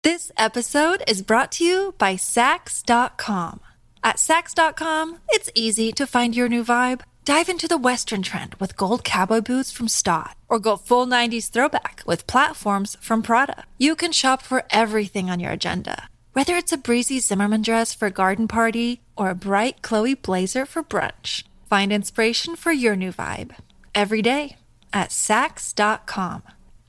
This episode is brought to you by Sax.com. At Sax.com, it's easy to find your new vibe. Dive into the Western trend with gold cowboy boots from Stott, or go full 90s throwback with platforms from Prada. You can shop for everything on your agenda, whether it's a breezy Zimmermann dress for a garden party or a bright Chloe blazer for brunch. Find inspiration for your new vibe every day at Sax.com.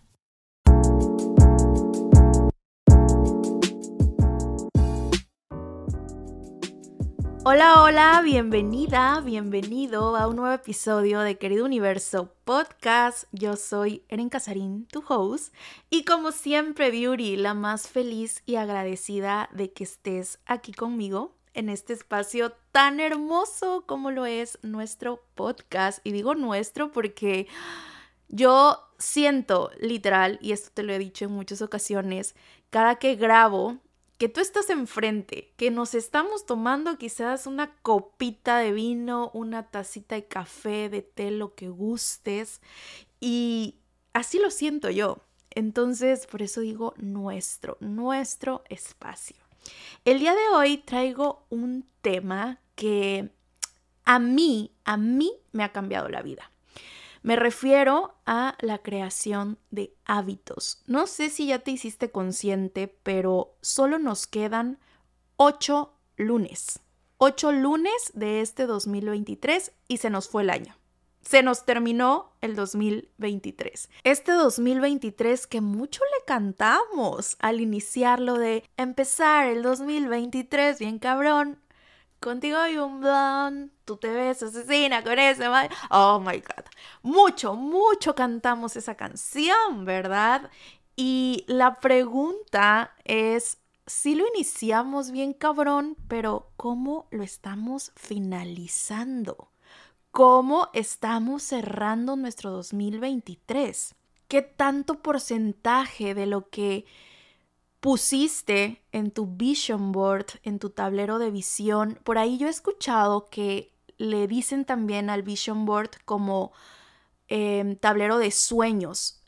Hola, hola, bienvenida, bienvenido a un nuevo episodio de Querido Universo Podcast. Yo soy Eren Casarín, tu host, y como siempre, Beauty, la más feliz y agradecida de que estés aquí conmigo en este espacio tan hermoso como lo es nuestro podcast. Y digo nuestro porque yo siento literal, y esto te lo he dicho en muchas ocasiones, cada que grabo, que tú estás enfrente, que nos estamos tomando quizás una copita de vino, una tacita de café, de té, lo que gustes, y así lo siento yo. Entonces, por eso digo nuestro espacio. El día de hoy traigo un tema que a mí me ha cambiado la vida. Me refiero a la creación de hábitos. No sé si ya te hiciste consciente, pero solo nos quedan 8 lunes. 8 lunes de este 2023 y se nos fue el año. Se nos terminó el 2023. Este 2023 que mucho le cantamos al iniciarlo de empezar el 2023 bien cabrón. Contigo hay un blond, tú te ves asesina con ese man. Oh my God. Mucho cantamos esa canción, ¿verdad? Y la pregunta es, sí lo iniciamos bien cabrón, pero ¿cómo lo estamos finalizando? ¿Cómo estamos cerrando nuestro 2023? ¿Qué tanto porcentaje de lo que pusiste en tu vision board, en tu tablero de visión? Por ahí yo he escuchado que le dicen también al vision board como tablero de sueños.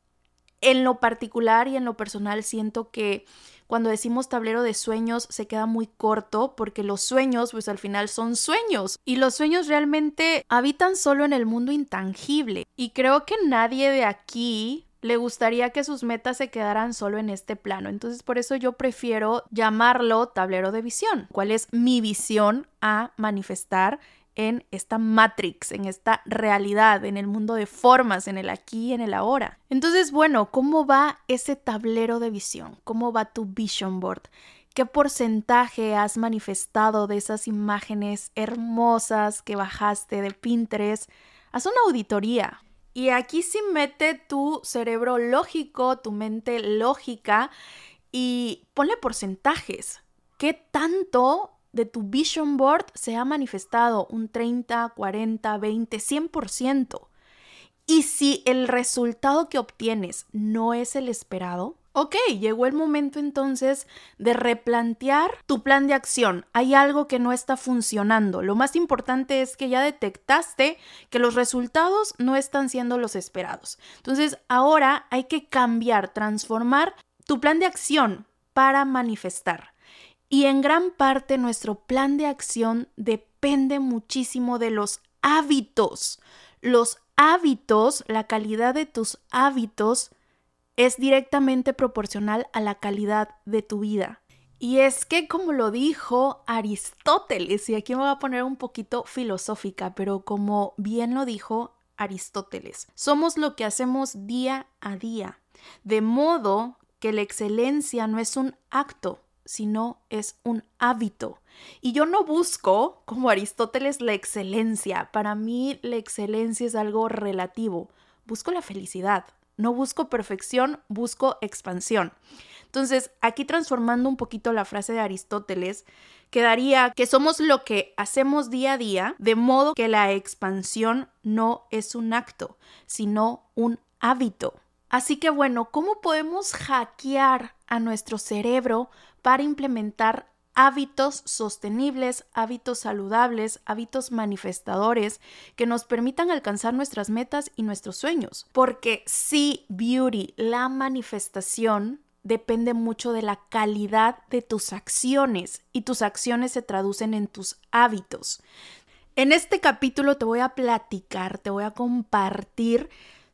En lo particular y en lo personal siento que cuando decimos tablero de sueños se queda muy corto porque los sueños pues al final son sueños y los sueños realmente habitan solo en el mundo intangible y creo que nadie de aquí le gustaría que sus metas se quedaran solo en este plano. Entonces, por eso yo prefiero llamarlo tablero de visión. ¿Cuál es mi visión a manifestar en esta matrix, en esta realidad, en el mundo de formas, en el aquí y en el ahora? Entonces, bueno, ¿cómo va ese tablero de visión? ¿Cómo va tu vision board? ¿Qué porcentaje has manifestado de esas imágenes hermosas que bajaste de Pinterest? Haz una auditoría. Y aquí sí mete tu cerebro lógico, tu mente lógica y ponle porcentajes. ¿Qué tanto de tu vision board se ha manifestado? ¿Un 30, 40, 20, 100%? Y si el resultado que obtienes no es el esperado, ok, llegó el momento entonces de replantear tu plan de acción. Hay algo que no está funcionando. Lo más importante es que ya detectaste que los resultados no están siendo los esperados. Entonces, ahora hay que cambiar, transformar tu plan de acción para manifestar. Y en gran parte nuestro plan de acción depende muchísimo de los hábitos. Los hábitos, la calidad de tus hábitos es directamente proporcional a la calidad de tu vida. Y es que, como lo dijo Aristóteles, y aquí me voy a poner un poquito filosófica, pero como bien lo dijo Aristóteles, somos lo que hacemos día a día. De modo que la excelencia no es un acto, sino es un hábito. Y yo no busco, como Aristóteles, la excelencia. Para mí la excelencia es algo relativo. Busco la felicidad. No busco perfección, busco expansión. Entonces, aquí transformando un poquito la frase de Aristóteles, quedaría que somos lo que hacemos día a día, de modo que la expansión no es un acto, sino un hábito. Así que bueno, ¿cómo podemos hackear a nuestro cerebro para implementar hábitos sostenibles, hábitos saludables, hábitos manifestadores que nos permitan alcanzar nuestras metas y nuestros sueños? Porque sí, Beauty, la manifestación depende mucho de la calidad de tus acciones y tus acciones se traducen en tus hábitos. En este capítulo te voy a platicar, te voy a compartir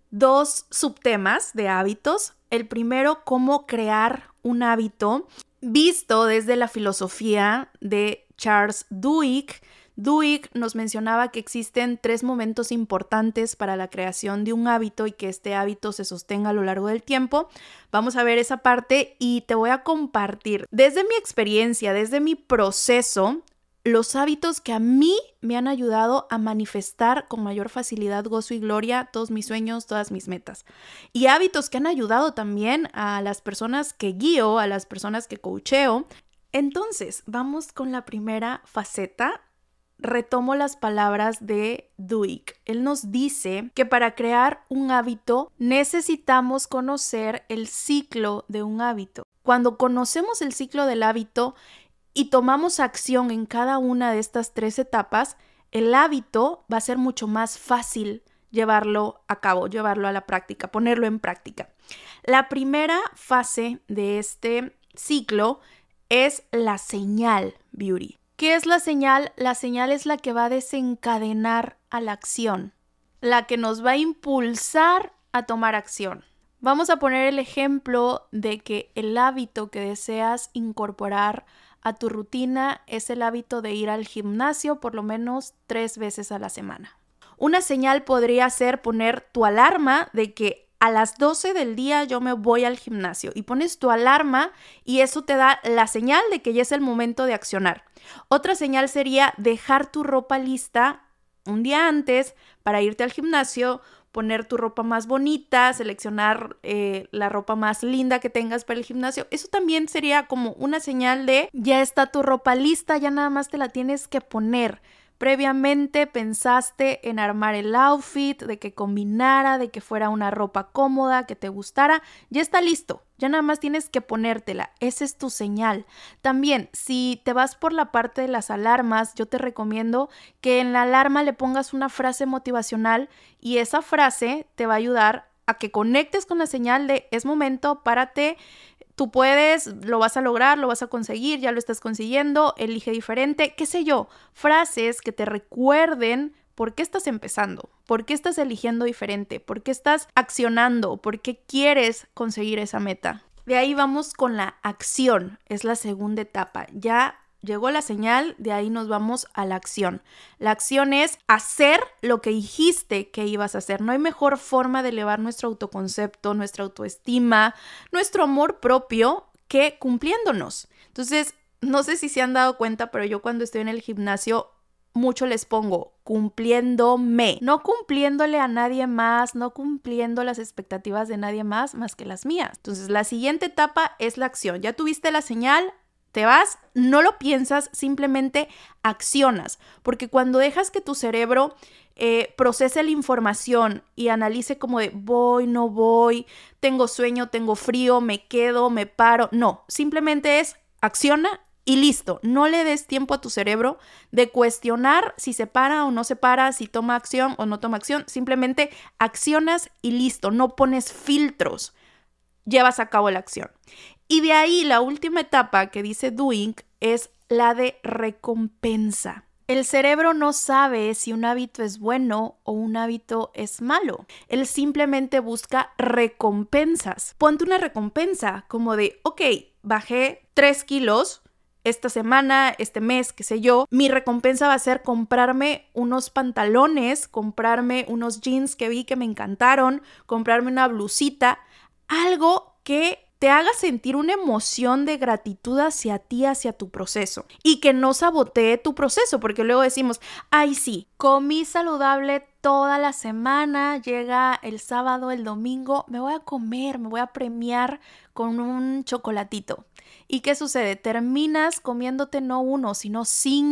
2 subtemas de hábitos. El primero, cómo crear un hábito visto desde la filosofía de Charles Duhigg. Duhigg nos mencionaba que existen 3 momentos importantes para la creación de un hábito y que este hábito se sostenga a lo largo del tiempo. Vamos a ver esa parte y te voy a compartir desde mi experiencia, desde mi proceso, los hábitos que a mí me han ayudado a manifestar con mayor facilidad, gozo y gloria todos mis sueños, todas mis metas. Y hábitos que han ayudado también a las personas que guío, a las personas que coacheo. Entonces, vamos con la primera faceta. Retomo las palabras de Duhigg. Él nos dice que para crear un hábito necesitamos conocer el ciclo de un hábito. Cuando conocemos el ciclo del hábito y tomamos acción en cada una de estas 3 etapas, el hábito va a ser mucho más fácil llevarlo a cabo, llevarlo a la práctica, ponerlo en práctica. La primera fase de este ciclo es la señal, Beauty. ¿Qué es la señal? La señal es la que va a desencadenar a la acción, la que nos va a impulsar a tomar acción. Vamos a poner el ejemplo de que el hábito que deseas incorporar a tu rutina es el hábito de ir al gimnasio por lo menos 3 veces a la semana. Una señal podría ser poner tu alarma de que a las 12 del día yo me voy al gimnasio y pones tu alarma y eso te da la señal de que ya es el momento de accionar. Otra señal sería dejar tu ropa lista un día antes para irte al gimnasio, poner tu ropa más bonita, seleccionar la ropa más linda que tengas para el gimnasio. Eso también sería como una señal de ya está tu ropa lista, ya nada más te la tienes que poner. Previamente pensaste en armar el outfit, de que combinara, de que fuera una ropa cómoda, que te gustara. Ya está listo, ya nada más tienes que ponértela. Esa es tu señal. También, si te vas por la parte de las alarmas, yo te recomiendo que en la alarma le pongas una frase motivacional y esa frase te va a ayudar a que conectes con la señal de es momento, párate. Tú puedes, lo vas a lograr, lo vas a conseguir, ya lo estás consiguiendo, elige diferente, qué sé yo, frases que te recuerden por qué estás empezando, por qué estás eligiendo diferente, por qué estás accionando, por qué quieres conseguir esa meta. De ahí vamos con la acción, es la segunda etapa. Ya llegó la señal, de ahí nos vamos a la acción. La acción es hacer lo que dijiste que ibas a hacer. No hay mejor forma de elevar nuestro autoconcepto, nuestra autoestima, nuestro amor propio que cumpliéndonos. Entonces, no sé si se han dado cuenta, pero yo cuando estoy en el gimnasio mucho les pongo cumpliéndome, no cumpliéndole a nadie más, no cumpliendo las expectativas de nadie más que las mías. Entonces, la siguiente etapa es la acción. Ya tuviste la señal, te vas, no lo piensas, simplemente accionas, porque cuando dejas que tu cerebro procese la información y analice como de voy, no voy, tengo sueño, tengo frío, me quedo, me paro, no, simplemente es acciona y listo. No le des tiempo a tu cerebro de cuestionar si se para o no se para, si toma acción o no toma acción, simplemente accionas y listo, no pones filtros, llevas a cabo la acción. Y de ahí la última etapa que dice Duhigg es la de recompensa. El cerebro no sabe si un hábito es bueno o un hábito es malo. Él simplemente busca recompensas. Ponte una recompensa como de, ok, bajé 3 kilos esta semana, este mes, qué sé yo. Mi recompensa va a ser comprarme unos pantalones, comprarme unos jeans que vi que me encantaron, comprarme una blusita, algo que te haga sentir una emoción de gratitud hacia ti, hacia tu proceso y que no sabotee tu proceso, porque luego decimos, ay sí, comí saludable toda la semana, llega el sábado, el domingo, me voy a comer, me voy a premiar con un chocolatito. ¿Y qué sucede? Terminas comiéndote no 1, sino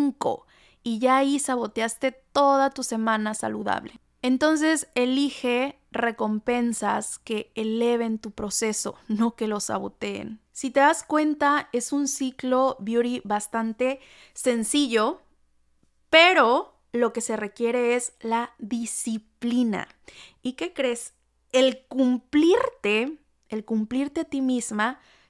5 y ya ahí saboteaste toda tu semana saludable. Entonces, elige recompensas que eleven tu proceso, no que lo saboteen. Si te das cuenta, es un ciclo beauty bastante sencillo, pero lo que se requiere es la disciplina. ¿Y qué crees? El cumplirte a ti misma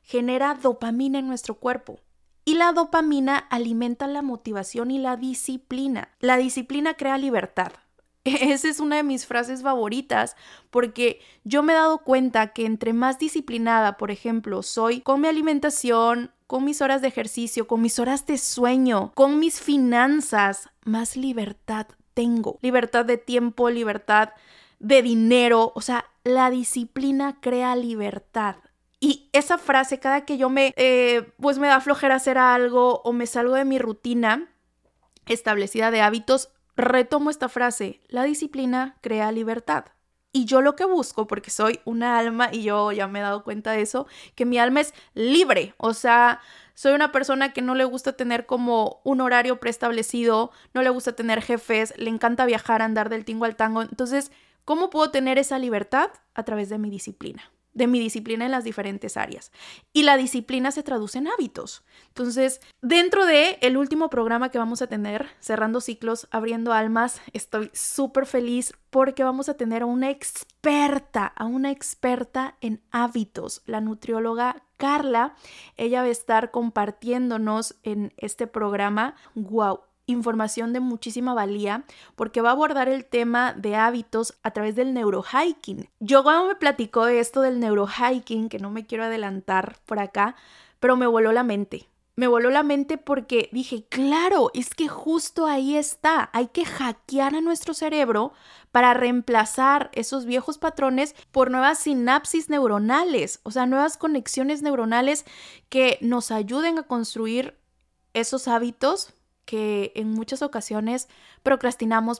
genera dopamina en nuestro cuerpo. Y la dopamina alimenta la motivación y la disciplina. La disciplina crea libertad. Esa es una de mis frases favoritas porque yo me he dado cuenta que entre más disciplinada, por ejemplo, soy con mi alimentación, con mis horas de ejercicio, con mis horas de sueño, con mis finanzas, más libertad tengo. Libertad de tiempo, libertad de dinero. O sea, la disciplina crea libertad. Y esa frase, cada que yo me da flojera hacer algo o me salgo de mi rutina establecida de hábitos, retomo esta frase: la disciplina crea libertad. Y yo lo que busco, porque soy una alma y yo ya me he dado cuenta de eso, que mi alma es libre. O sea, soy una persona que no le gusta tener como un horario preestablecido, no le gusta tener jefes, le encanta viajar, andar del tingo al tango. Entonces, ¿cómo puedo tener esa libertad? A través de mi disciplina en las diferentes áreas. Y la disciplina se traduce en hábitos. Entonces, dentro de el último programa que vamos a tener, Cerrando Ciclos, Abriendo Almas, estoy súper feliz porque vamos a tener a una experta en hábitos, la nutrióloga Carla. Ella va a estar compartiéndonos en este programa, información de muchísima valía, porque va a abordar el tema de hábitos a través del neurohiking. Yo cuando me platicó de esto del neurohiking, que no me quiero adelantar por acá, pero me voló la mente. Me voló la mente porque dije, claro, es que justo ahí está. Hay que hackear a nuestro cerebro para reemplazar esos viejos patrones por nuevas sinapsis neuronales, o sea, nuevas conexiones neuronales que nos ayuden a construir esos hábitos que en muchas ocasiones procrastinamos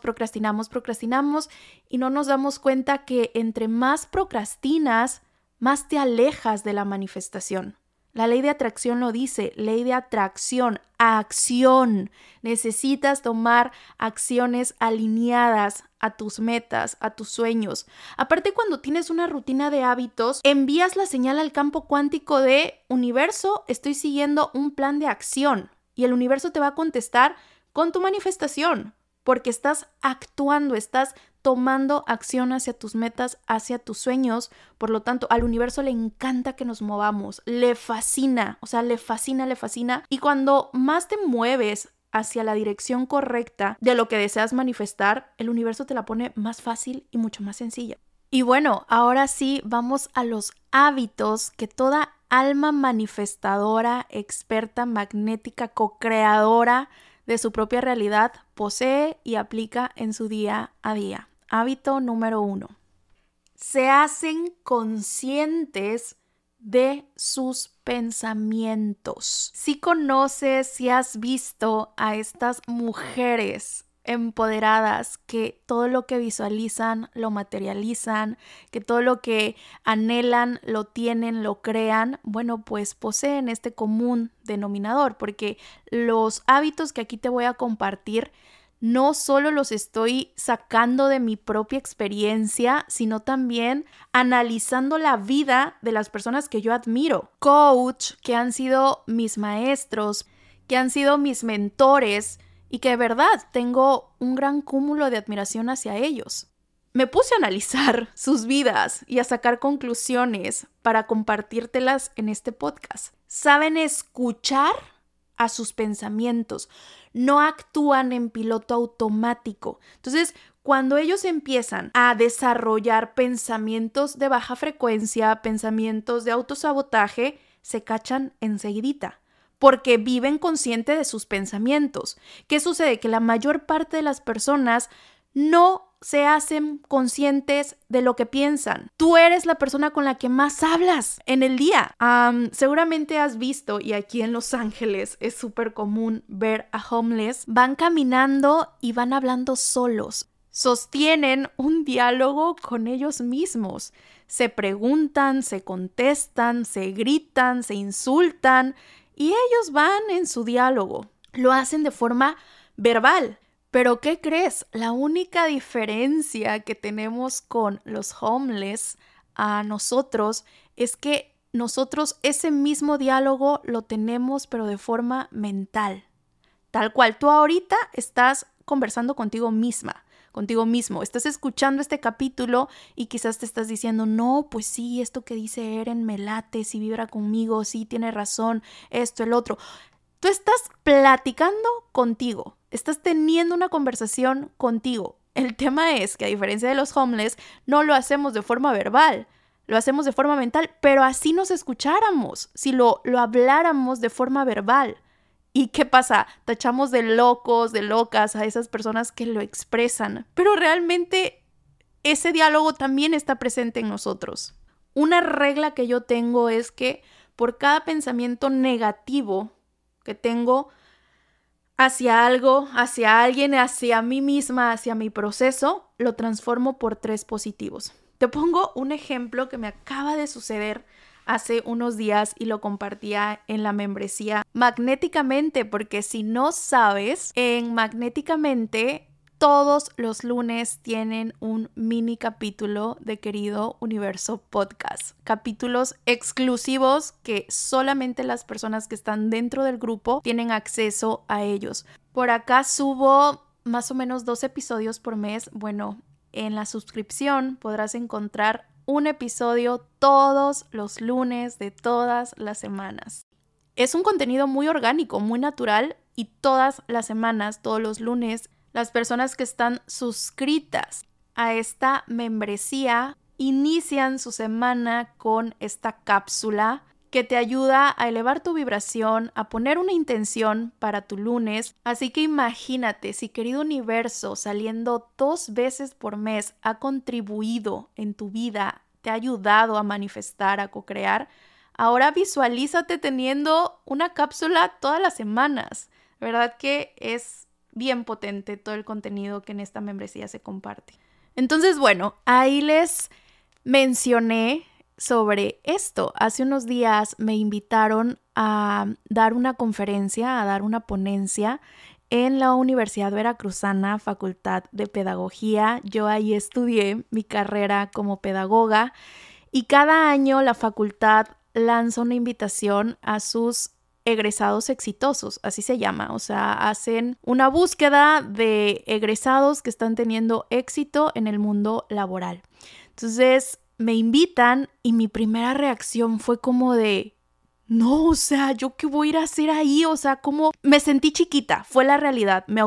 y no nos damos cuenta que entre más procrastinas, más te alejas de la manifestación. La ley de atracción lo dice, ley de atracción, acción. Necesitas tomar acciones alineadas a tus metas, a tus sueños. Aparte, cuando tienes una rutina de hábitos, envías la señal al campo cuántico de universo, estoy siguiendo un plan de acción. Y el universo te va a contestar con tu manifestación, porque estás actuando, estás tomando acción hacia tus metas, hacia tus sueños. Por lo tanto, al universo le encanta que nos movamos, le fascina, le fascina. Y cuando más te mueves hacia la dirección correcta de lo que deseas manifestar, el universo te la pone más fácil y mucho más sencilla. Y bueno, ahora sí, vamos a los hábitos que toda alma manifestadora, experta, magnética, co-creadora de su propia realidad posee y aplica en su día a día. Hábito número 1. Se hacen conscientes de sus pensamientos. Si conoces, si has visto a estas mujeres empoderadas que todo lo que visualizan lo materializan, que todo lo que anhelan lo tienen, lo crean, bueno, pues poseen este común denominador, porque los hábitos que aquí te voy a compartir no solo los estoy sacando de mi propia experiencia, sino también analizando la vida de las personas que yo admiro, coach, que han sido mis maestros, que han sido mis mentores, y que de verdad tengo un gran cúmulo de admiración hacia ellos. Me puse a analizar sus vidas y a sacar conclusiones para compartírtelas en este podcast. Saben escuchar a sus pensamientos, no actúan en piloto automático. Entonces, cuando ellos empiezan a desarrollar pensamientos de baja frecuencia, pensamientos de autosabotaje, se cachan enseguidita, porque viven consciente de sus pensamientos. ¿Qué sucede? Que la mayor parte de las personas no se hacen conscientes de lo que piensan. Tú eres la persona con la que más hablas en el día. Seguramente has visto, y aquí en Los Ángeles es súper común ver a homeless, van caminando y van hablando solos. Sostienen un diálogo con ellos mismos. Se preguntan, se contestan, se gritan, se insultan, y ellos van en su diálogo. Lo hacen de forma verbal. Pero ¿qué crees? La única diferencia que tenemos con los homeless a nosotros es que nosotros ese mismo diálogo lo tenemos, pero de forma mental. Tal cual, tú ahorita estás conversando contigo misma, contigo mismo. Estás escuchando este capítulo y quizás te estás diciendo, no, pues sí, esto que dice Eren me late, sí vibra conmigo, sí tiene razón, esto, el otro. Tú estás platicando contigo, estás teniendo una conversación contigo. El tema es que a diferencia de los homeless, no lo hacemos de forma verbal, lo hacemos de forma mental, pero así nos escucháramos, si lo habláramos de forma verbal. ¿Y qué pasa? Tachamos de locos, de locas a esas personas que lo expresan, pero realmente ese diálogo también está presente en nosotros. Una regla que yo tengo es que por cada pensamiento negativo que tengo hacia algo, hacia alguien, hacia mí misma, hacia mi proceso, lo transformo por 3 positivos. Te pongo un ejemplo que me acaba de suceder hace unos días y lo compartía en la membresía Magnéticamente, porque si no sabes, en Magnéticamente todos los lunes tienen un mini capítulo de Querido Universo Podcast. Capítulos exclusivos que solamente las personas que están dentro del grupo tienen acceso a ellos. Por acá subo más o menos 2 episodios por mes. Bueno, en la suscripción podrás encontrar un episodio todos los lunes de todas las semanas. Es un contenido muy orgánico, muy natural y todas las semanas, todos los lunes, las personas que están suscritas a esta membresía inician su semana con esta cápsula que te ayuda a elevar tu vibración, a poner una intención para tu lunes. Así que imagínate si Querido Universo saliendo 2 veces por mes ha contribuido en tu vida, te ha ayudado a manifestar, a co-crear. Ahora visualízate teniendo una cápsula todas las semanas. La verdad que es bien potente todo el contenido que en esta membresía se comparte. Entonces, bueno, ahí les mencioné sobre esto. Hace unos días me invitaron a dar una conferencia, a dar una ponencia en la Universidad Veracruzana, Facultad de Pedagogía. Yo ahí estudié mi carrera como pedagoga y cada año la facultad lanza una invitación a sus egresados exitosos, así se llama, o sea, hacen una búsqueda de egresados que están teniendo éxito en el mundo laboral. Entonces me invitan y mi primera reacción fue como de, no, o sea, ¿yo qué voy a ir a hacer ahí? O sea, como me sentí chiquita, fue la realidad, me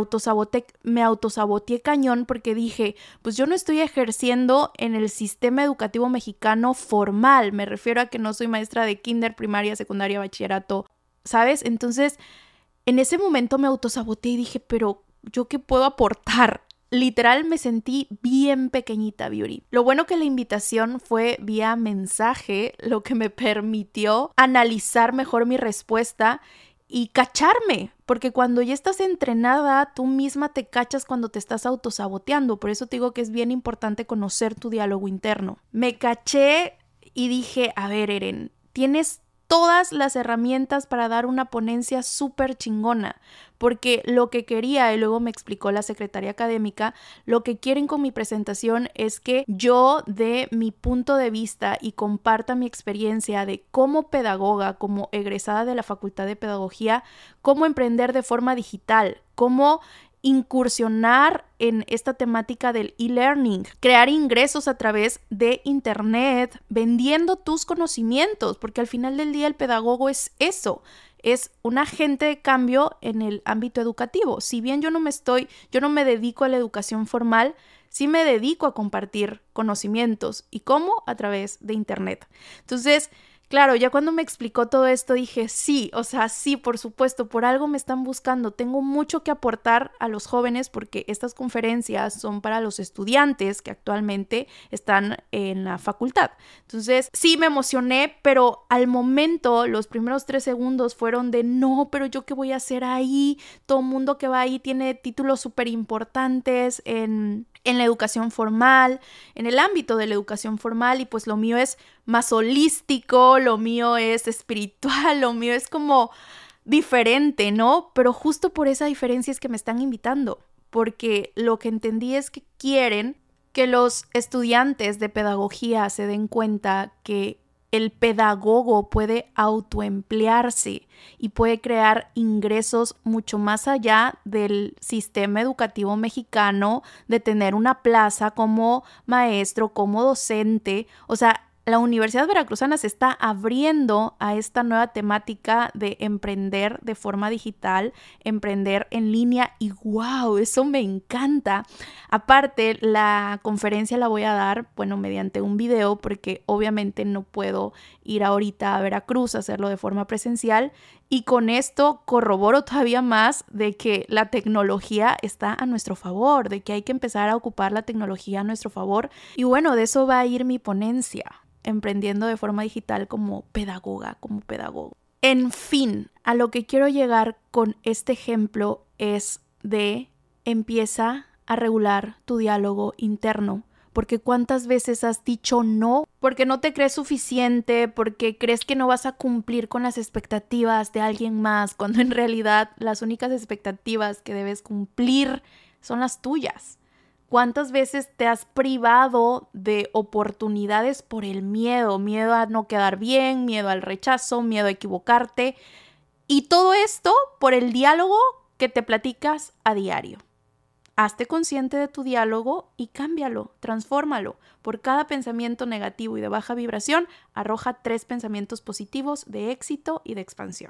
autosaboteé cañón porque dije, pues yo no estoy ejerciendo en el sistema educativo mexicano formal, me refiero a que no soy maestra de kinder, primaria, secundaria, bachillerato, ¿sabes? Entonces, en ese momento me autosaboteé y dije, pero ¿yo qué puedo aportar? Literal me sentí bien pequeñita, Beauty. Lo bueno que la invitación fue vía mensaje, lo que me permitió analizar mejor mi respuesta y cacharme, porque cuando ya estás entrenada, tú misma te cachas cuando te estás autosaboteando. Por eso te digo que es bien importante conocer tu diálogo interno. Me caché y dije, a ver, Eren, tienes todas las herramientas para dar una ponencia súper chingona, porque lo que quería, y luego me explicó la secretaria académica, lo que quieren con mi presentación es que yo dé mi punto de vista y comparta mi experiencia de como pedagoga, como egresada de la Facultad de Pedagogía, cómo emprender de forma digital, cómo incursionar en esta temática del e-learning, crear ingresos a través de internet, vendiendo tus conocimientos, porque al final del día el pedagogo es eso, es un agente de cambio en el ámbito educativo. Si bien yo no me dedico a la educación formal, sí me dedico a compartir conocimientos. ¿Y cómo? A través de internet. Entonces, claro, ya cuando me explicó todo esto dije, sí, o sea, sí, por supuesto, por algo me están buscando. Tengo mucho que aportar a los jóvenes porque estas conferencias son para los estudiantes que actualmente están en la facultad. Entonces, sí me emocioné, pero al momento, los primeros 3 segundos fueron de, no, pero ¿yo qué voy a hacer ahí? Todo el mundo que va ahí tiene títulos súper importantes en la educación formal, en el ámbito de la educación formal, y pues lo mío es más holístico, lo mío es espiritual, lo mío es como diferente, ¿no? Pero justo por esa diferencia es que me están invitando, porque lo que entendí es que quieren que los estudiantes de pedagogía se den cuenta que el pedagogo puede autoemplearse y puede crear ingresos mucho más allá del sistema educativo mexicano de tener una plaza como maestro, como docente. O sea, la Universidad Veracruzana se está abriendo a esta nueva temática de emprender de forma digital, emprender en línea y ¡wow! Eso me encanta. Aparte, la conferencia la voy a dar, mediante un video porque obviamente no puedo ir ahorita a Veracruz a hacerlo de forma presencial y con esto corroboro todavía más de que la tecnología está a nuestro favor, de que hay que empezar a ocupar la tecnología a nuestro favor y de eso va a ir mi ponencia. Emprendiendo de forma digital como pedagoga, como pedagogo. En fin, a lo que quiero llegar con este ejemplo es de empieza a regular tu diálogo interno. Porque ¿cuántas veces has dicho no? Porque no te crees suficiente, porque crees que no vas a cumplir con las expectativas de alguien más, cuando en realidad las únicas expectativas que debes cumplir son las tuyas. ¿Cuántas veces te has privado de oportunidades por el miedo? Miedo a no quedar bien, miedo al rechazo, miedo a equivocarte. Y todo esto por el diálogo que te platicas a diario. Hazte consciente de tu diálogo y cámbialo, transfórmalo. Por cada pensamiento negativo y de baja vibración, arroja 3 pensamientos positivos de éxito y de expansión.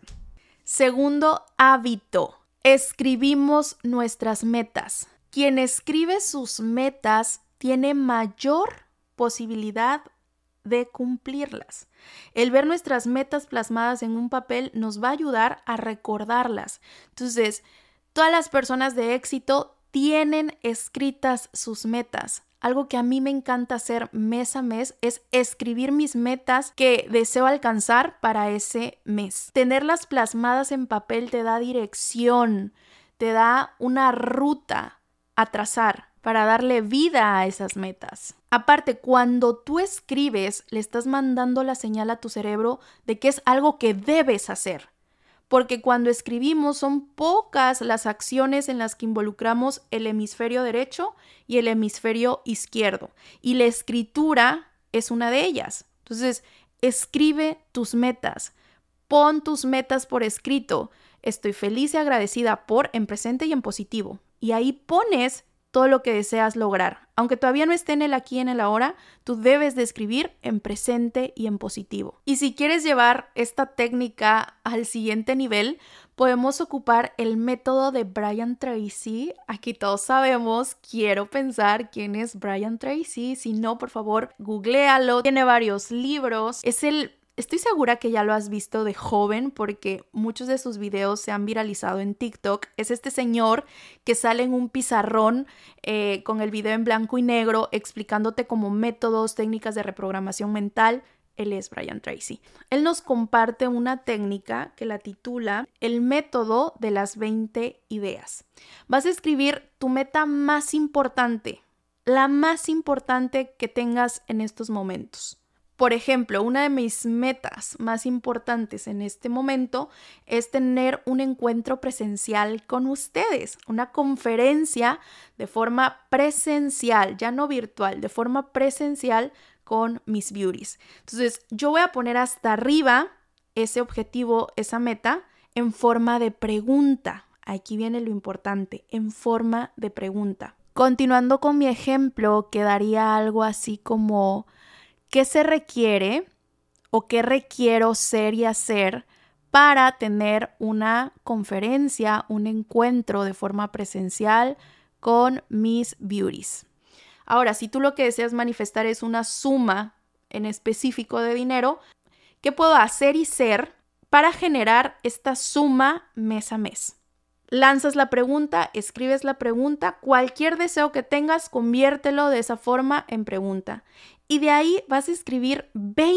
Segundo hábito, escribimos nuestras metas. Quien escribe sus metas tiene mayor posibilidad de cumplirlas. El ver nuestras metas plasmadas en un papel nos va a ayudar a recordarlas. Entonces, todas las personas de éxito tienen escritas sus metas. Algo que a mí me encanta hacer mes a mes es escribir mis metas que deseo alcanzar para ese mes. Tenerlas plasmadas en papel te da dirección, te da una ruta a trazar para darle vida a esas metas. Aparte, cuando tú escribes, le estás mandando la señal a tu cerebro de que es algo que debes hacer. Porque cuando escribimos son pocas las acciones en las que involucramos el hemisferio derecho y el hemisferio izquierdo. Y la escritura es una de ellas. Entonces, escribe tus metas. Pon tus metas por escrito. Estoy feliz y agradecida por en presente y en positivo. Y ahí pones todo lo que deseas lograr. Aunque todavía no esté en el aquí y en el ahora, tú debes de escribir en presente y en positivo. Y si quieres llevar esta técnica al siguiente nivel, podemos ocupar el método de Brian Tracy. Aquí todos sabemos, quiero pensar quién es Brian Tracy. Si no, por favor, googléalo. Tiene varios libros. Estoy segura que ya lo has visto de joven porque muchos de sus videos se han viralizado en TikTok. Es este señor que sale en un pizarrón con el video en blanco y negro explicándote como métodos, técnicas de reprogramación mental. Él es Brian Tracy. Él nos comparte una técnica que la titula El método de las 20 ideas. Vas a escribir tu meta más importante, la más importante que tengas en estos momentos. Por ejemplo, una de mis metas más importantes en este momento es tener un encuentro presencial con ustedes, una conferencia de forma presencial, ya no virtual, de forma presencial con mis beauties. Entonces, yo voy a poner hasta arriba ese objetivo, esa meta, en forma de pregunta. Aquí viene lo importante, en forma de pregunta. Continuando con mi ejemplo, quedaría algo así como: ¿qué se requiere o qué requiero ser y hacer para tener una conferencia, un encuentro de forma presencial con mis beauties? Ahora, si tú lo que deseas manifestar es una suma en específico de dinero, ¿qué puedo hacer y ser para generar esta suma mes a mes? Lanzas la pregunta, escribes la pregunta, cualquier deseo que tengas, conviértelo de esa forma en pregunta. Y de ahí vas a escribir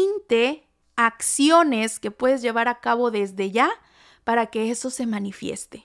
20 acciones que puedes llevar a cabo desde ya para que eso se manifieste.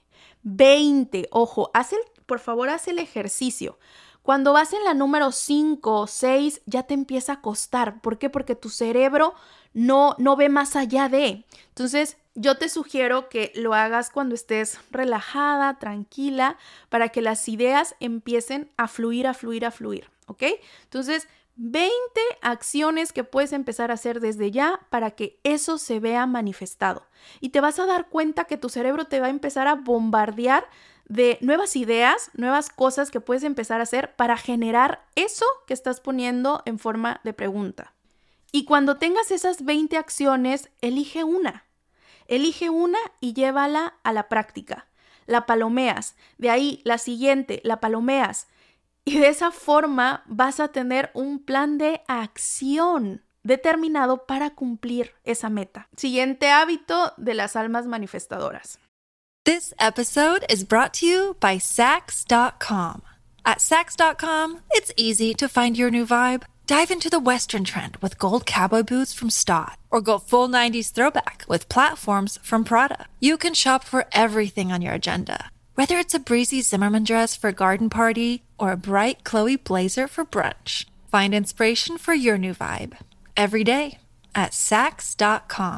20, ojo, por favor, haz el ejercicio. Cuando vas en la número 5 o 6 ya te empieza a costar. ¿Por qué? Porque tu cerebro no ve más allá de. Entonces, yo te sugiero que lo hagas cuando estés relajada, tranquila, para que las ideas empiecen a fluir, ¿ok? Entonces, 20 acciones que puedes empezar a hacer desde ya para que eso se vea manifestado. Y te vas a dar cuenta que tu cerebro te va a empezar a bombardear de nuevas ideas, nuevas cosas que puedes empezar a hacer para generar eso que estás poniendo en forma de pregunta. Y cuando tengas esas 20 acciones, elige una y llévala a la práctica. La palomeas, de ahí la siguiente, la palomeas. Y de esa forma vas a tener un plan de acción determinado para cumplir esa meta. Siguiente hábito de las almas manifestadoras. This episode is brought to you by Sax.com. At Sax.com, it's easy to find your new vibe. Dive into the Western trend with gold cowboy boots from Stott, or go full 90s throwback with platforms from Prada. You can shop for everything on your agenda, whether it's a breezy Zimmermann dress for a garden party or a bright Chloe blazer for brunch. Find inspiration for your new vibe every day at Sax.com.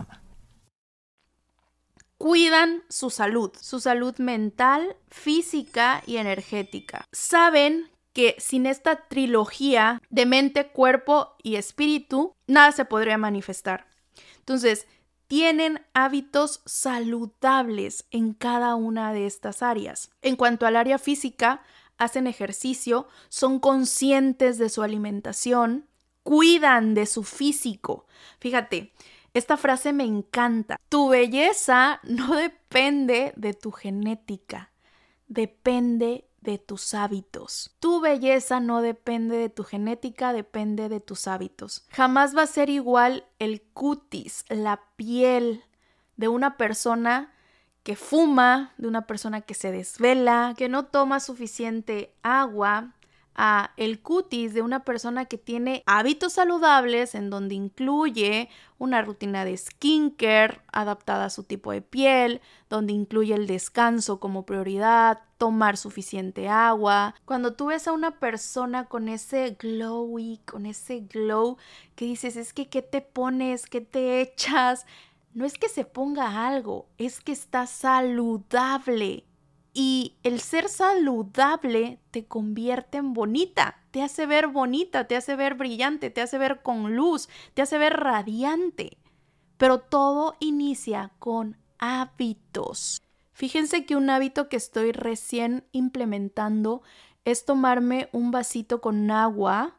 Cuidan su salud mental, física y energética. Saben que sin esta trilogía de mente, cuerpo y espíritu, nada se podría manifestar. Entonces, tienen hábitos saludables en cada una de estas áreas. En cuanto al área física, hacen ejercicio, son conscientes de su alimentación, cuidan de su físico. Fíjate, esta frase me encanta. Tu belleza no depende de tu genética, depende de tus hábitos. Tu belleza no depende de tu genética, depende de tus hábitos. Jamás va a ser igual el cutis, la piel de una persona que fuma, de una persona que se desvela, que no toma suficiente agua, a el cutis de una persona que tiene hábitos saludables en donde incluye una rutina de skincare adaptada a su tipo de piel, donde incluye el descanso como prioridad, tomar suficiente agua. Cuando tú ves a una persona con ese glowy, con ese glow que dices, es que ¿qué te pones? ¿Qué te echas? No es que se ponga algo, es que está saludable. Y el ser saludable te convierte en bonita, te hace ver bonita, te hace ver brillante, te hace ver con luz, te hace ver radiante. Pero todo inicia con hábitos. Fíjense que un hábito que estoy recién implementando es tomarme un vasito con agua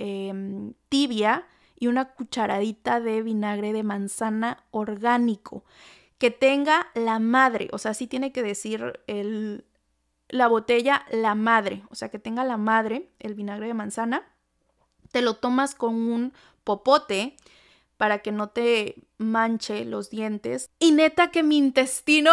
tibia y una cucharadita de vinagre de manzana orgánico. Que tenga la madre, o sea, sí tiene que decir la botella la madre, o sea, que tenga la madre, el vinagre de manzana. Te lo tomas con un popote para que no te manche los dientes. Y neta que mi intestino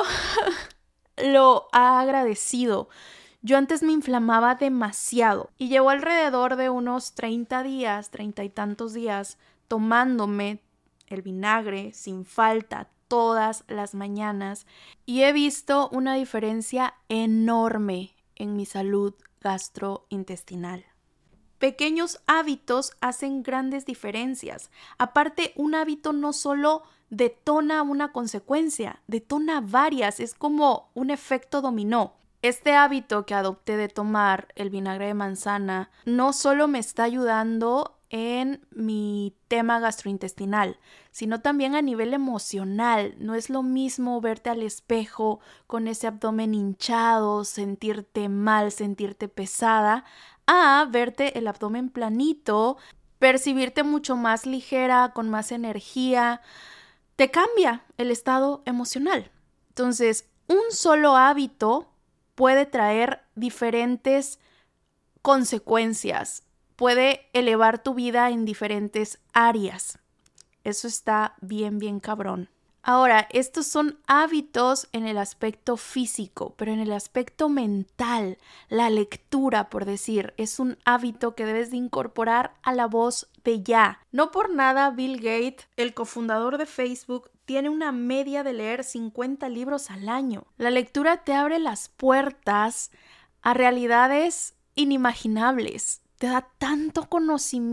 lo ha agradecido. Yo antes me inflamaba demasiado y llevo alrededor de unos 30 días, 30 y tantos días, tomándome el vinagre sin falta todas las mañanas y he visto una diferencia enorme en mi salud gastrointestinal. Pequeños hábitos hacen grandes diferencias. Aparte, un hábito no solo detona una consecuencia, detona varias, es como un efecto dominó. Este hábito que adopté de tomar el vinagre de manzana no solo me está ayudando en mi tema gastrointestinal, sino también a nivel emocional. No es lo mismo verte al espejo con ese abdomen hinchado, sentirte mal, sentirte pesada, a verte el abdomen planito, percibirte mucho más ligera, con más energía. Te cambia el estado emocional. Entonces, un solo hábito puede traer diferentes consecuencias. Puede elevar tu vida en diferentes áreas. Eso está bien, bien cabrón. Ahora, estos son hábitos en el aspecto físico, pero en el aspecto mental, la lectura, por decir, es un hábito que debes de incorporar a la voz de ya. No por nada Bill Gates, el cofundador de Facebook, tiene una media de leer 50 libros al año. La lectura te abre las puertas a realidades inimaginables. Te da tanto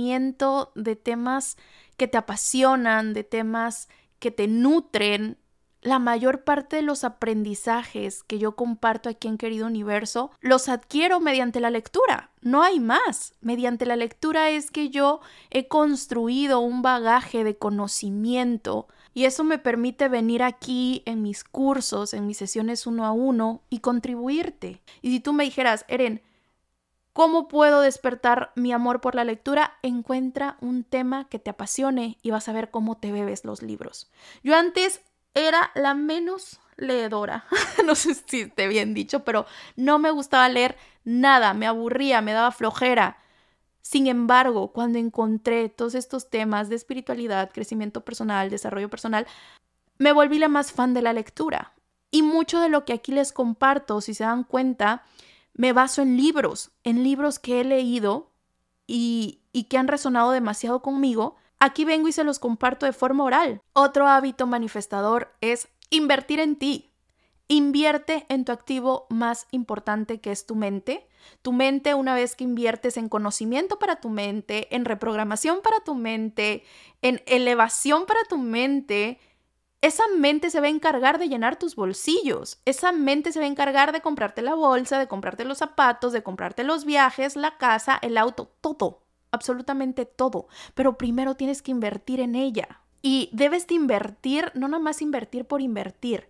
conocimiento de temas que te apasionan, de temas que te nutren la mayor parte de los aprendizajes que yo comparto aquí en Querido Universo los adquiero mediante la lectura. No hay más. Mediante la lectura es que yo he construido un bagaje de conocimiento y eso me permite venir aquí en mis cursos, en mis sesiones 1 a 1 y contribuirte. Y si tú me dijeras, Eren, ¿cómo puedo despertar mi amor por la lectura? Encuentra un tema que te apasione y vas a ver cómo te bebes los libros. Yo antes era la menos leedora, no sé si esté bien dicho, pero no me gustaba leer nada, me aburría, me daba flojera. Sin embargo, cuando encontré todos estos temas de espiritualidad, crecimiento personal, desarrollo personal, me volví la más fan de la lectura. Y mucho de lo que aquí les comparto, si se dan cuenta, me baso en libros que he leído y que han resonado demasiado conmigo. Aquí vengo y se los comparto de forma oral. Otro hábito manifestador es invertir en ti. Invierte en tu activo más importante, que es tu mente. Tu mente, una vez que inviertes en conocimiento para tu mente, en reprogramación para tu mente, en elevación para tu mente, esa mente se va a encargar de llenar tus bolsillos. Esa mente se va a encargar de comprarte la bolsa, de comprarte los zapatos, de comprarte los viajes, la casa, el auto, todo. Absolutamente todo, pero primero tienes que invertir en ella y debes de invertir, no nada más invertir por invertir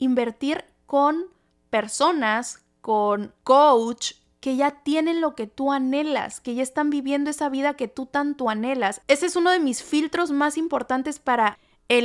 con personas, con coach que ya tienen lo que tú anhelas, que ya están viviendo esa vida que tú tanto anhelas. Ese es uno de mis filtros más importantes para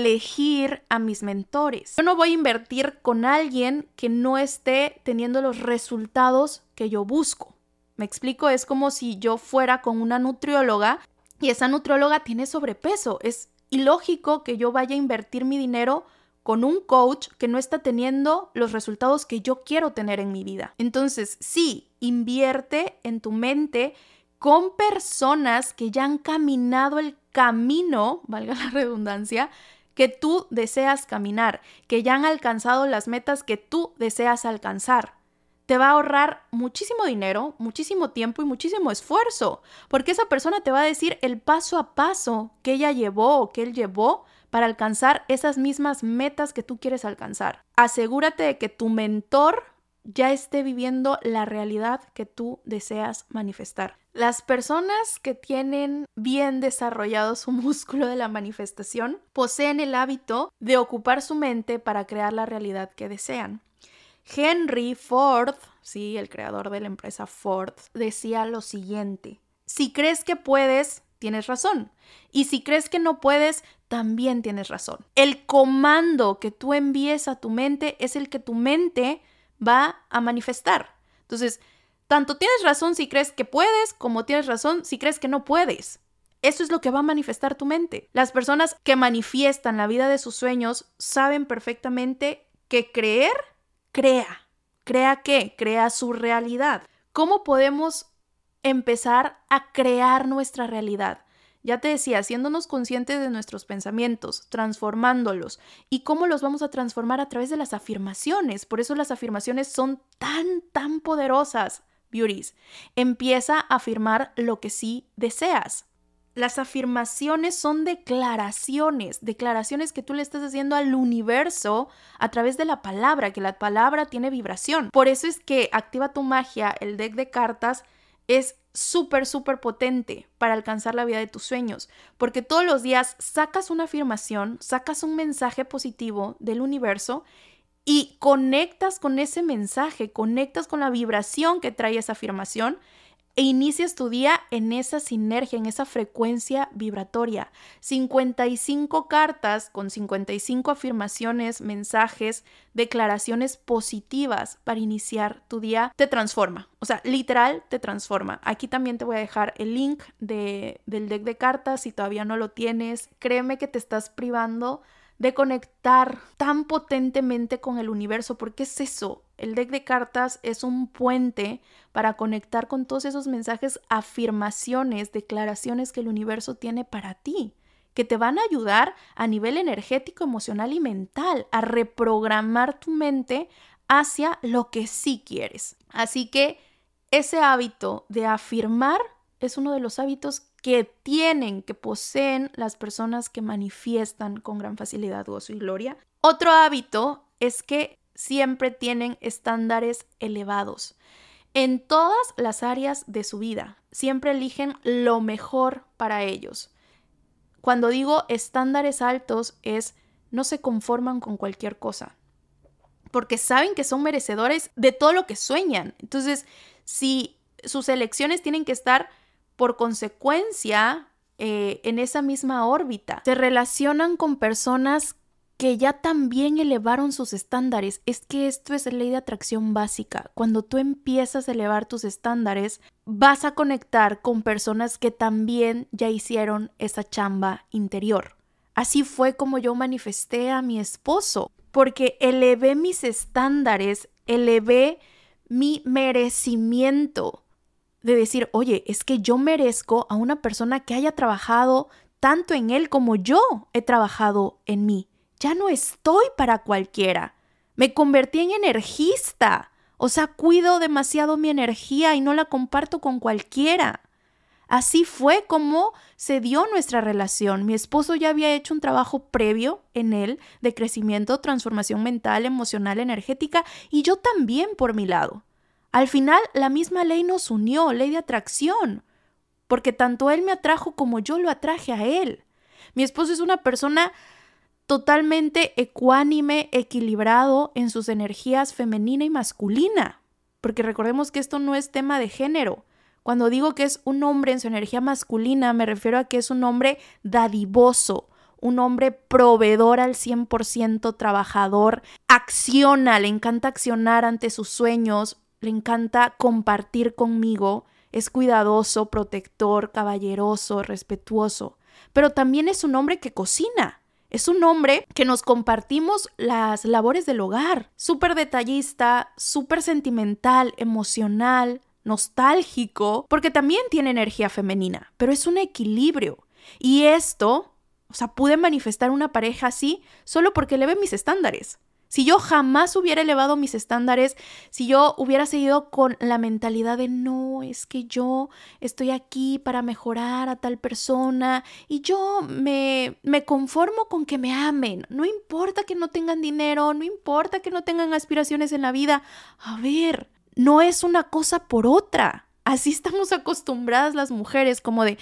elegir a mis mentores. Yo no voy a invertir con alguien que no esté teniendo los resultados que yo busco. ¿Me explico? Es como si yo fuera con una nutrióloga y esa nutrióloga tiene sobrepeso. Es ilógico que yo vaya a invertir mi dinero con un coach que no está teniendo los resultados que yo quiero tener en mi vida. Entonces, sí, invierte en tu mente con personas que ya han caminado el camino, valga la redundancia, que tú deseas caminar, que ya han alcanzado las metas que tú deseas alcanzar. Te va a ahorrar muchísimo dinero, muchísimo tiempo y muchísimo esfuerzo, porque esa persona te va a decir el paso a paso que ella llevó o que él llevó para alcanzar esas mismas metas que tú quieres alcanzar. Asegúrate de que tu mentor ya esté viviendo la realidad que tú deseas manifestar. Las personas que tienen bien desarrollado su músculo de la manifestación poseen el hábito de ocupar su mente para crear la realidad que desean. Henry Ford, sí, el creador de la empresa Ford, decía lo siguiente: si crees que puedes, tienes razón. Y si crees que no puedes, también tienes razón. El comando que tú envíes a tu mente es el que tu mente va a manifestar. Entonces, tanto tienes razón si crees que puedes, como tienes razón si crees que no puedes. Eso es lo que va a manifestar tu mente. Las personas que manifiestan la vida de sus sueños saben perfectamente que creer crea. ¿Crea qué? Crea su realidad. ¿Cómo podemos empezar a crear nuestra realidad? Ya te decía, haciéndonos conscientes de nuestros pensamientos, transformándolos. ¿Y cómo los vamos a transformar? A través de las afirmaciones. Por eso las afirmaciones son tan poderosas, beauties. Empieza a afirmar lo que sí deseas. Las afirmaciones son declaraciones que tú le estás haciendo al universo a través de la palabra, que la palabra tiene vibración. Por eso es que Activa tu Magia, el deck de cartas, es súper potente para alcanzar la vida de tus sueños, porque todos los días sacas una afirmación, sacas un mensaje positivo del universo y conectas con ese mensaje, conectas con la vibración que trae esa afirmación e inicias tu día en esa sinergia, en esa frecuencia vibratoria. 55 cartas con 55 afirmaciones, mensajes, declaraciones positivas para iniciar tu día te transforma. O sea, literal te transforma. Aquí también te voy a dejar el link del deck de cartas si todavía no lo tienes. Créeme que te estás privando de conectar tan potentemente con el universo, porque es eso. El deck de cartas es un puente para conectar con todos esos mensajes, afirmaciones, declaraciones que el universo tiene para ti, que te van a ayudar a nivel energético, emocional y mental a reprogramar tu mente hacia lo que sí quieres. Así que ese hábito de afirmar es uno de los hábitos que poseen las personas que manifiestan con gran facilidad, gozo y gloria. Otro hábito es que siempre tienen estándares elevados. En todas las áreas de su vida, siempre eligen lo mejor para ellos. Cuando digo estándares altos no se conforman con cualquier cosa, porque saben que son merecedores de todo lo que sueñan. Entonces, si sus elecciones tienen que estar por consecuencia en esa misma órbita, se relacionan con personas que ya también elevaron sus estándares. Es que esto es ley de atracción básica. Cuando tú empiezas a elevar tus estándares, vas a conectar con personas que también ya hicieron esa chamba interior. Así fue como yo manifesté a mi esposo, porque elevé mis estándares, elevé mi merecimiento de decir, oye, es que yo merezco a una persona que haya trabajado tanto en él como yo he trabajado en mí. Ya no estoy para cualquiera. Me convertí en energista. O sea, cuido demasiado mi energía y no la comparto con cualquiera. Así fue como se dio nuestra relación. Mi esposo ya había hecho un trabajo previo en él de crecimiento, transformación mental, emocional, energética, y yo también por mi lado. Al final, la misma ley nos unió, ley de atracción, porque tanto él me atrajo como yo lo atraje a él. Mi esposo es una persona totalmente ecuánime, equilibrado en sus energías femenina y masculina, porque recordemos que esto no es tema de género. Cuando digo que es un hombre en su energía masculina, me refiero a que es un hombre dadivoso, un hombre proveedor al 100%, trabajador, acciona, le encanta accionar ante sus sueños, le encanta compartir conmigo, es cuidadoso, protector, caballeroso, respetuoso, pero también es un hombre que cocina. Es un hombre que nos compartimos las labores del hogar, súper detallista, súper sentimental, emocional, nostálgico, porque también tiene energía femenina, pero es un equilibrio. Y esto, pude manifestar una pareja así solo porque eleve mis estándares. Si yo jamás hubiera elevado mis estándares, si yo hubiera seguido con la mentalidad de no, es que yo estoy aquí para mejorar a tal persona y yo me conformo con que me amen, no importa que no tengan dinero, no importa que no tengan aspiraciones en la vida. A ver, no es una cosa por otra. Así estamos acostumbradas las mujeres, como de,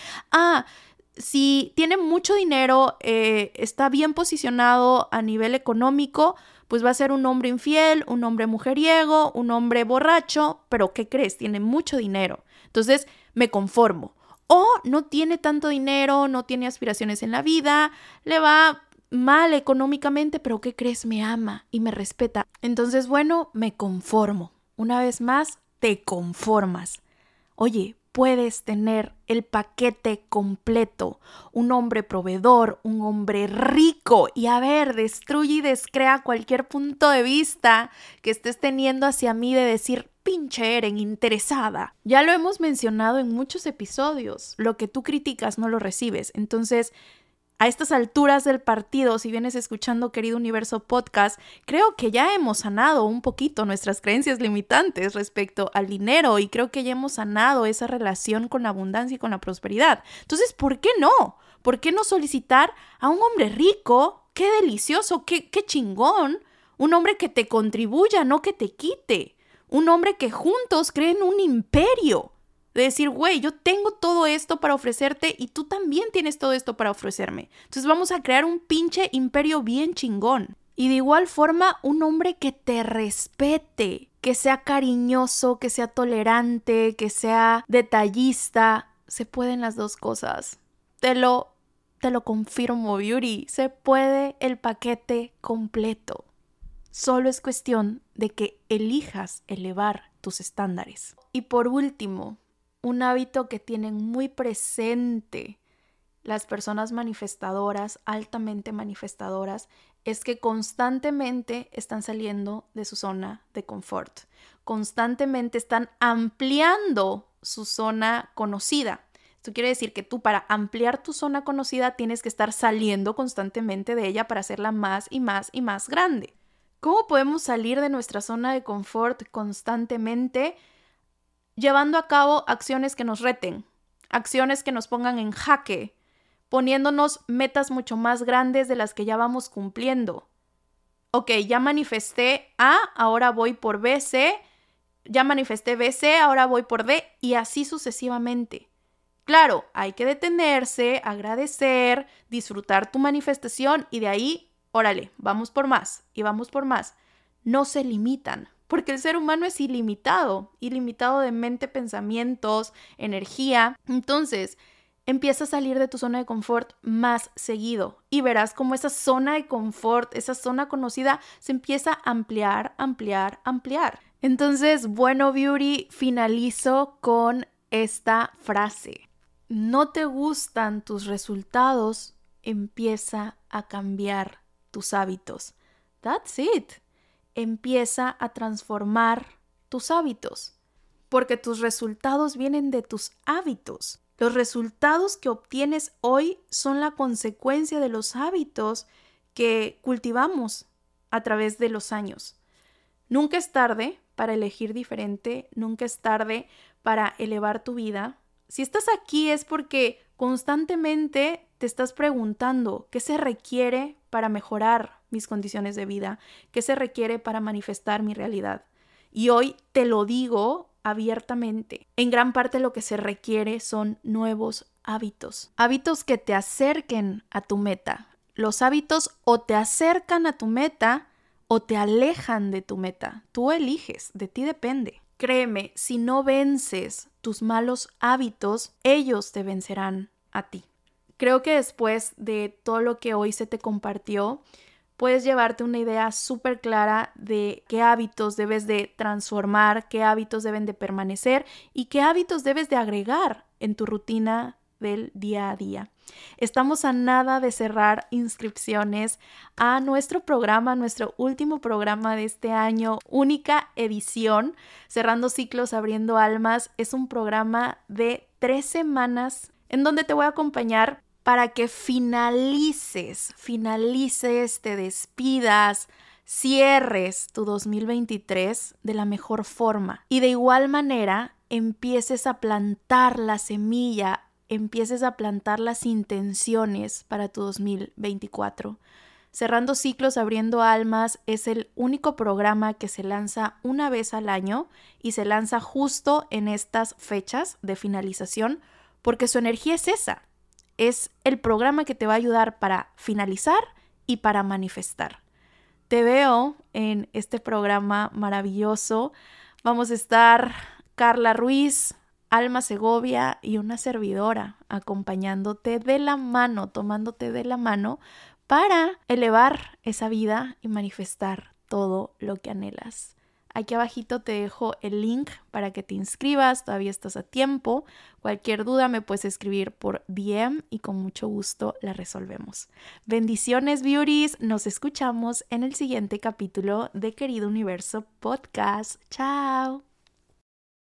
si tiene mucho dinero, está bien posicionado a nivel económico, pues va a ser un hombre infiel, un hombre mujeriego, un hombre borracho, pero ¿qué crees? Tiene mucho dinero. Entonces me conformo. O no tiene tanto dinero, no tiene aspiraciones en la vida, le va mal económicamente, pero ¿qué crees? Me ama y me respeta. Entonces, bueno, me conformo. Una vez más, te conformas. Oye, puedes tener el paquete completo, un hombre proveedor, un hombre rico y destruye y descrea cualquier punto de vista que estés teniendo hacia mí de decir, pinche Eren, interesada. Ya lo hemos mencionado en muchos episodios, lo que tú criticas no lo recibes, entonces a estas alturas del partido, si vienes escuchando Querido Universo Podcast, creo que ya hemos sanado un poquito nuestras creencias limitantes respecto al dinero y creo que ya hemos sanado esa relación con la abundancia y con la prosperidad. Entonces, ¿por qué no? ¿Por qué no solicitar a un hombre rico? ¡Qué delicioso! ¡Qué chingón! Un hombre que te contribuya, no que te quite. Un hombre que juntos creen un imperio. De decir, güey, yo tengo todo esto para ofrecerte y tú también tienes todo esto para ofrecerme. Entonces vamos a crear un pinche imperio bien chingón. Y de igual forma, un hombre que te respete, que sea cariñoso, que sea tolerante, que sea detallista. Se pueden las dos cosas. Te lo confirmo, Beauty. Se puede el paquete completo. Solo es cuestión de que elijas elevar tus estándares. Y por último, un hábito que tienen muy presente las personas manifestadoras, altamente manifestadoras, es que constantemente están saliendo de su zona de confort. Constantemente están ampliando su zona conocida. Esto quiere decir que tú, para ampliar tu zona conocida, tienes que estar saliendo constantemente de ella para hacerla más y más y más grande. ¿Cómo podemos salir de nuestra zona de confort constantemente? Llevando a cabo acciones que nos reten, acciones que nos pongan en jaque, poniéndonos metas mucho más grandes de las que ya vamos cumpliendo. Ok, ya manifesté A, ahora voy por B, C. Ya manifesté B, C, ahora voy por D. Y así sucesivamente. Claro, hay que detenerse, agradecer, disfrutar tu manifestación y de ahí, órale, vamos por más y vamos por más. No se limitan, porque el ser humano es ilimitado de mente, pensamientos, energía. Entonces, empieza a salir de tu zona de confort más seguido y verás cómo esa zona de confort, esa zona conocida, se empieza a ampliar. Entonces, bueno, Beauty, finalizo con esta frase. No te gustan tus resultados, empieza a cambiar tus hábitos. That's it. Empieza a transformar tus hábitos, porque tus resultados vienen de tus hábitos. Los resultados que obtienes hoy son la consecuencia de los hábitos que cultivamos a través de los años. Nunca es tarde para elegir diferente, nunca es tarde para elevar tu vida. Si estás aquí es porque constantemente te estás preguntando qué se requiere para mejorar mis condiciones de vida, qué se requiere para manifestar mi realidad. Y hoy te lo digo abiertamente. En gran parte lo que se requiere son nuevos hábitos. Hábitos que te acerquen a tu meta. Los hábitos o te acercan a tu meta o te alejan de tu meta. Tú eliges, de ti depende. Créeme, si no vences tus malos hábitos, ellos te vencerán a ti. Creo que después de todo lo que hoy se te compartió, puedes llevarte una idea súper clara de qué hábitos debes de transformar, qué hábitos deben de permanecer y qué hábitos debes de agregar en tu rutina del día a día. Estamos a nada de cerrar inscripciones a nuestro programa, nuestro último programa de este año, única edición, Cerrando Ciclos, Abriendo Almas. Es un programa de 3 semanas en donde te voy a acompañar para que finalices, te despidas, cierres tu 2023 de la mejor forma y de igual manera empieces a plantar la semilla, empieces a plantar las intenciones para tu 2024. Cerrando Ciclos, Abriendo Almas es el único programa que se lanza una vez al año y se lanza justo en estas fechas de finalización porque su energía es esa. Es el programa que te va a ayudar para finalizar y para manifestar. Te veo en este programa maravilloso. Vamos a estar Carla Ruiz, Alma Segovia y una servidora acompañándote de la mano, tomándote de la mano para elevar esa vida y manifestar todo lo que anhelas. Aquí abajito te dejo el link para que te inscribas, todavía estás a tiempo. Cualquier duda me puedes escribir por DM y con mucho gusto la resolvemos. Bendiciones, beauties. Nos escuchamos en el siguiente capítulo de Querido Universo Podcast. ¡Chao!